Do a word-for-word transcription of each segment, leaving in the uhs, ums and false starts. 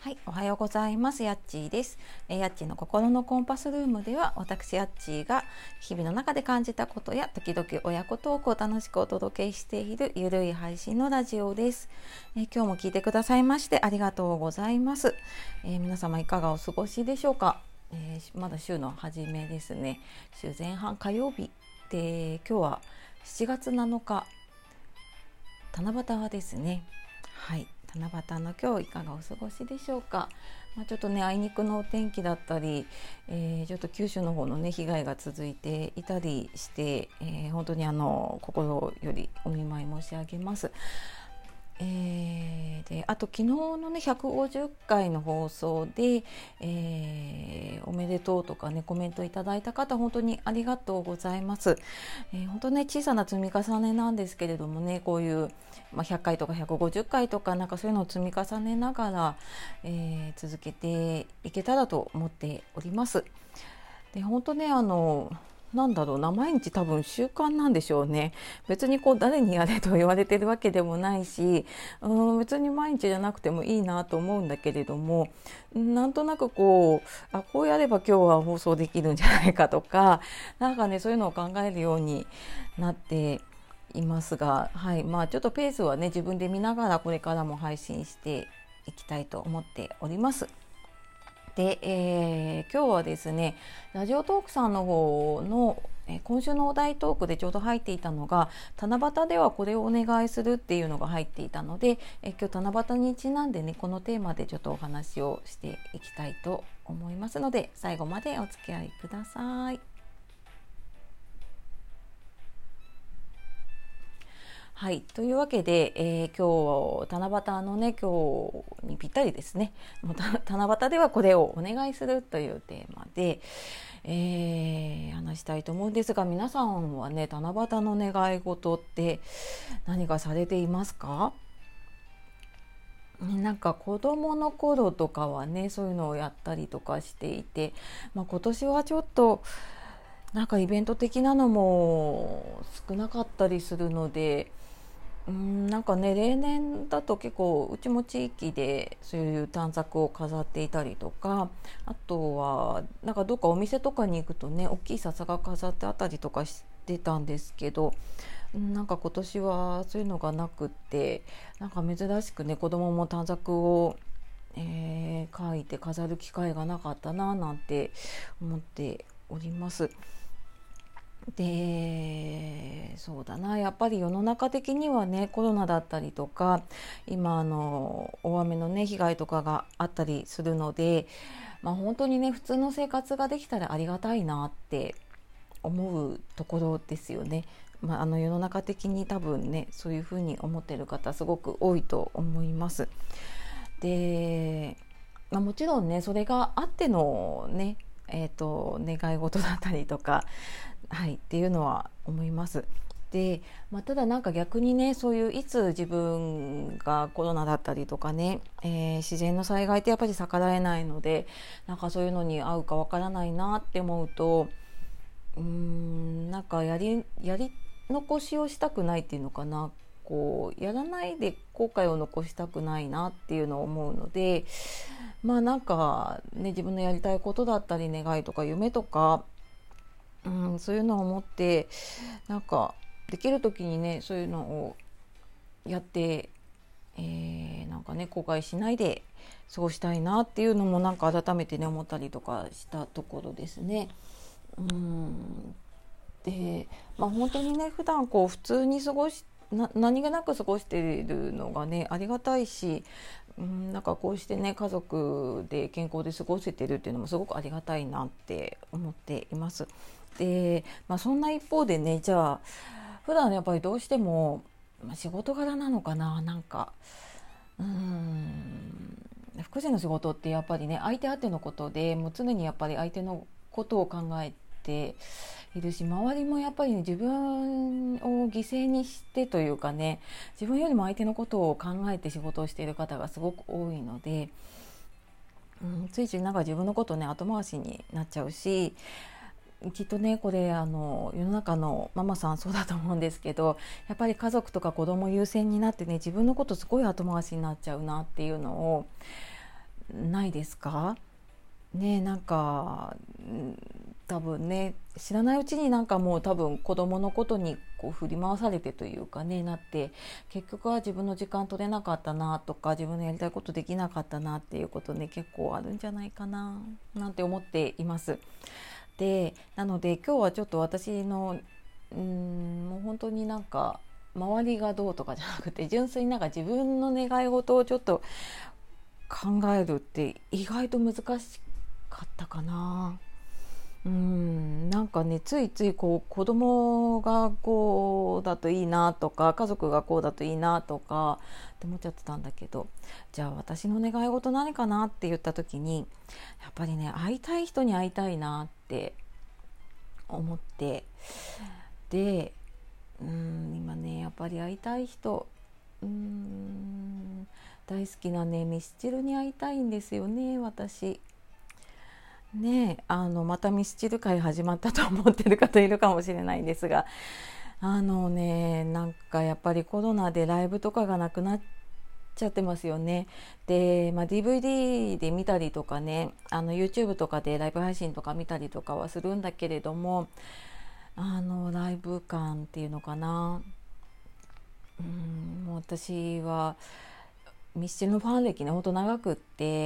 はい、おはようございます。やっちーです。えー、やっちーの心のコンパスルームでは、私やっちーが日々の中で感じたことや時々親子トークを楽しくお届けしているゆるい配信のラジオです。えー、今日も聞いてくださいましてありがとうございます。えー、皆様いかがお過ごしでしょうか。えー、まだ週の初めですね。週前半火曜日で、今日はしちがつなのか七夕ですね。はい、七夕の今日いかがお過ごしでしょうか。まあ、ちょっとねあいにくのお天気だったり、えー、ちょっと九州の方のね被害が続いていたりして、えー、本当にあの心よりお見舞い申し上げます。えー、であと昨日のねひゃくごじゅっかいの放送で、えー、おめでとうとかねコメントいただいた方本当にありがとうございます。えー、本当ね小さな積み重ねなんですけれどもねこういう、まあ、ひゃっかいとかひゃくごじゅっかいとかなんかそういうのを積み重ねながら、えー、続けていけたらと思っております。で本当ねあのなんだろうな毎日多分習慣なんでしょうね。別にこう誰にやれと言われてるわけでもないし、うん別に毎日じゃなくてもいいなと思うんだけれども、なんとなくこうあこうやれば今日は放送できるんじゃないかとかなんかねそういうのを考えるようになっていますが、はいまあちょっとペースはね自分で見ながらこれからも配信していきたいと思っております。で、えー、今日はですねラジオトークさんの方の、えー、今週のお題トークでちょうど入っていたのが七夕ではこれをお願いするっていうのが入っていたので、えー、今日七夕にちなんでねこのテーマでちょっとお話をしていきたいと思いますので最後までお付き合いください。はい、というわけで、えー、今日七夕のね今日にぴったりですね。もう七夕ではこれをお願いするというテーマで、えー、話したいと思うんですが、皆さんはね七夕の願い事って何かされていますか？なんか子供の頃とかはねそういうのをやったりとかしていて、まあ、今年はちょっとなんかイベント的なのも少なかったりするので、うんなんかね例年だと結構うちも地域でそういう短冊を飾っていたりとか、あとはなんかどっかお店とかに行くとね大きい笹が飾ってあったりとかしてたんですけど、うんなんか今年はそういうのがなくって、なんか珍しくね子供も短冊を、えー書いて飾る機会がなかったななんて思っております。でそうだなやっぱり世の中的にはねコロナだったりとか今あの大雨のね被害とかがあったりするので、まあ、本当にね普通の生活ができたらありがたいなって思うところですよね。まあ、あの世の中的に多分ねそういうふうに思ってる方すごく多いと思います。で、まあ、もちろんねそれがあってのねえーと、願い事だったりとか、はい、っていうのは思います。で、まあ、ただなんか逆にねそういういつ自分がコロナだったりとかね、えー自然の災害ってやっぱり逆らえないのでなんかそういうのに合うかわからないなって思うと、うーんなんかやりやり残しをしたくないっていうのかな、こうやらないで後悔を残したくないなっていうのを思うので、まあなんかね自分のやりたいことだったり願いとか夢とか、うん、そういうのを持ってなんかできる時にねそういうのをやって、えーなんかね後悔しないで過ごしたいなっていうのもなんか改めてね思ったりとかしたところですね。うんで、まあ、本当にね普段こう普通に過ごしな何気なく過ごしているのがねありがたいし、うん、なんかこうしてね家族で健康で過ごせてるっていうのもすごくありがたいなって思っています。で、まあ、そんな一方でねじゃあ普段やっぱりどうしても、まあ、仕事柄なのかな、なんかうーん福祉の仕事ってやっぱりね相手あってのことでもう常にやっぱり相手のことを考えているし、周りもやっぱり、ね、自分を犠牲にしてというかね自分よりも相手のことを考えて仕事をしている方がすごく多いので、うん、ついついなんか自分のことね後回しになっちゃうし、きっとねこれあの世の中のママさんそうだと思うんですけど、やっぱり家族とか子供優先になってね自分のことすごい後回しになっちゃうなっていうのをないですかね。なんか多分ね、知らないうちになんかもう多分子供のことにこう振り回されてというかね、なって結局は自分の時間取れなかったなとか、自分のやりたいことできなかったなっていうことね、結構あるんじゃないかななんて思っています。でなので今日はちょっと私のうーんもう本当になんか周りがどうとかじゃなくて、純粋になんか自分の願い事をちょっと考えるって意外と難しかったかな。うーんなんかね、ついついこう子供がこうだといいなとか、家族がこうだといいなとかって思っちゃってたんだけど、じゃあ私の願い事何かなって言った時に、やっぱりね、会いたい人に会いたいなって思って、でうーん今ね、やっぱり会いたい人、うーん大好きなねミスチルに会いたいんですよね、私ね。あのまたミスチル会始まったと思ってる方いるかもしれないんですが、あのね、なんかやっぱりコロナでライブとかがなくなっちゃってますよね。で、まあ、ディーブイディー で見たりとかね、あの YouTube とかでライブ配信とか見たりとかはするんだけれども、あのライブ感っていうのかな、うんもう私はミスチルのファン歴ね、ほんと長くって、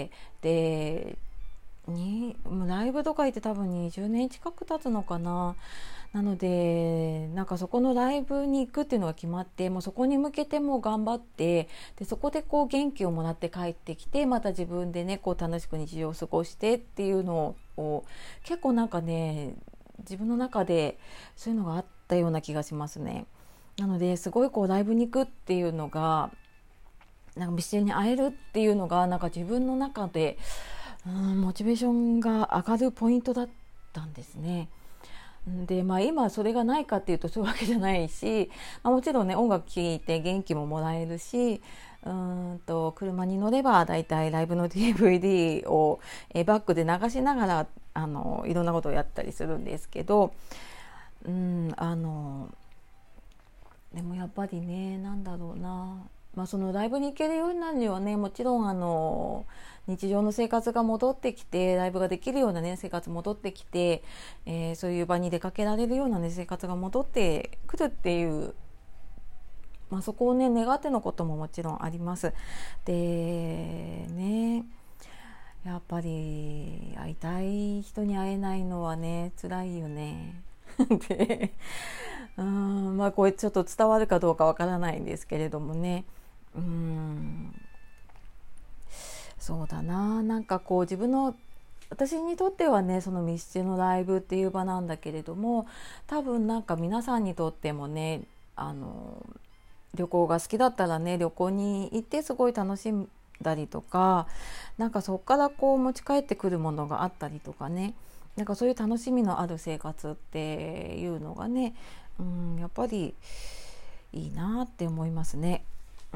でにもうライブとか行って多分にじゅうねん近く経つのかな。なのでなんかそこのライブに行くっていうのが決まって、もうそこに向けてもう頑張って、でそこでこう元気をもらって帰ってきて、また自分でねこう楽しく日常を過ごしてっていうのを結構なんかね、自分の中でそういうのがあったような気がしますね。なのですごいこうライブに行くっていうのが、なんかミスチルに会えるっていうのがなんか自分の中でうんモチベーションが上がるポイントだったんですね。で、まあ、今それがないかっていうとそういうわけじゃないし、まあ、もちろんね音楽聴いて元気ももらえるし、うーんと車に乗ればだいたいライブの ディーブイディー をえバックで流しながらあのいろんなことをやったりするんですけど、うんあのでもやっぱりね、なんだろうな、まあ、そのライブに行けるようになるにはね、もちろんあの日常の生活が戻ってきて、ライブができるようなね生活戻ってきて、えー、そういう場に出かけられるようなね生活が戻ってくるっていう、まあ、そこをね願ってのことももちろんあります。でね、やっぱり会いたい人に会えないのはね辛いよねでうんまあこれちょっと伝わるかどうかわからないんですけれどもね、うんそうだな、なんかこう自分の私にとってはね、そのミスチルのライブっていう場なんだけれども、多分なんか皆さんにとってもね、あの旅行が好きだったらね、旅行に行ってすごい楽しんだりとか、なんかそこからこう持ち帰ってくるものがあったりとかね、なんかそういう楽しみのある生活っていうのがね、うん、やっぱりいいなって思いますね。うん、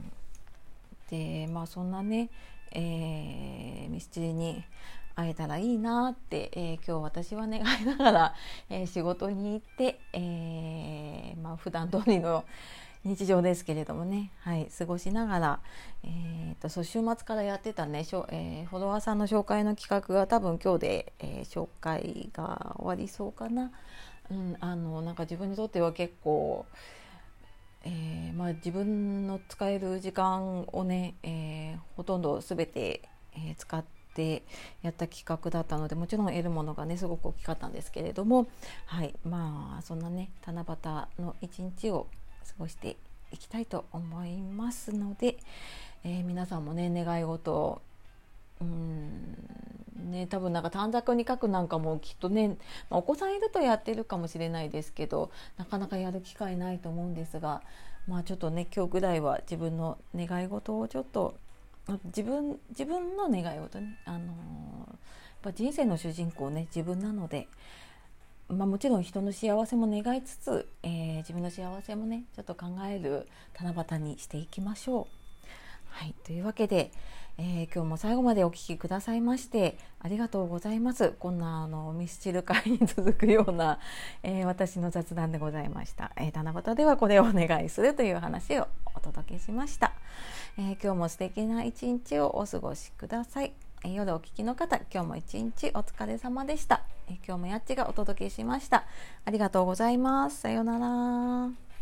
でまあそんなね、えー、ミスチルに会えたらいいなって、えー、今日私は願いながら、えー、仕事に行って、えーまあ、普段通りの日常ですけれどもね、はい、過ごしながら、えー、とそう週末からやってたね、しょ、えー、フォロワーさんの紹介の企画が多分今日で、えー、紹介が終わりそうかな。うん、あのなんか自分にとっては結構、えーまあ、自分の使える時間をね、えー、ほとんど全て、えー、使ってやった企画だったので、もちろん得るものがねすごく大きかったんですけれども、はい、まあそんなね七夕の一日を過ごしていきたいと思いますので、えー、皆さんもね願い事をうーんね、多分なんか短冊に書くなんかもきっとね、まあ、お子さんいるとやってるかもしれないですけど、なかなかやる機会ないと思うんですが、まあちょっとね今日ぐらいは自分の願い事をちょっと自分自分の願い事ね、あのー、やっぱ人生の主人公ね自分なので、まあ、もちろん人の幸せも願いつつ、えー、自分の幸せもねちょっと考える七夕にしていきましょう。はい、というわけで、えー、今日も最後までお聞きくださいましてありがとうございます。こんなあのミスチル会に続くような、えー、私の雑談でございました。えー、七夕ではこれをお願いするという話をお届けしました。えー、今日も素敵な一日をお過ごしください。えー、夜お聞きの方、今日も一日お疲れ様でした。えー、今日もやっちがお届けしました。ありがとうございます。さようなら。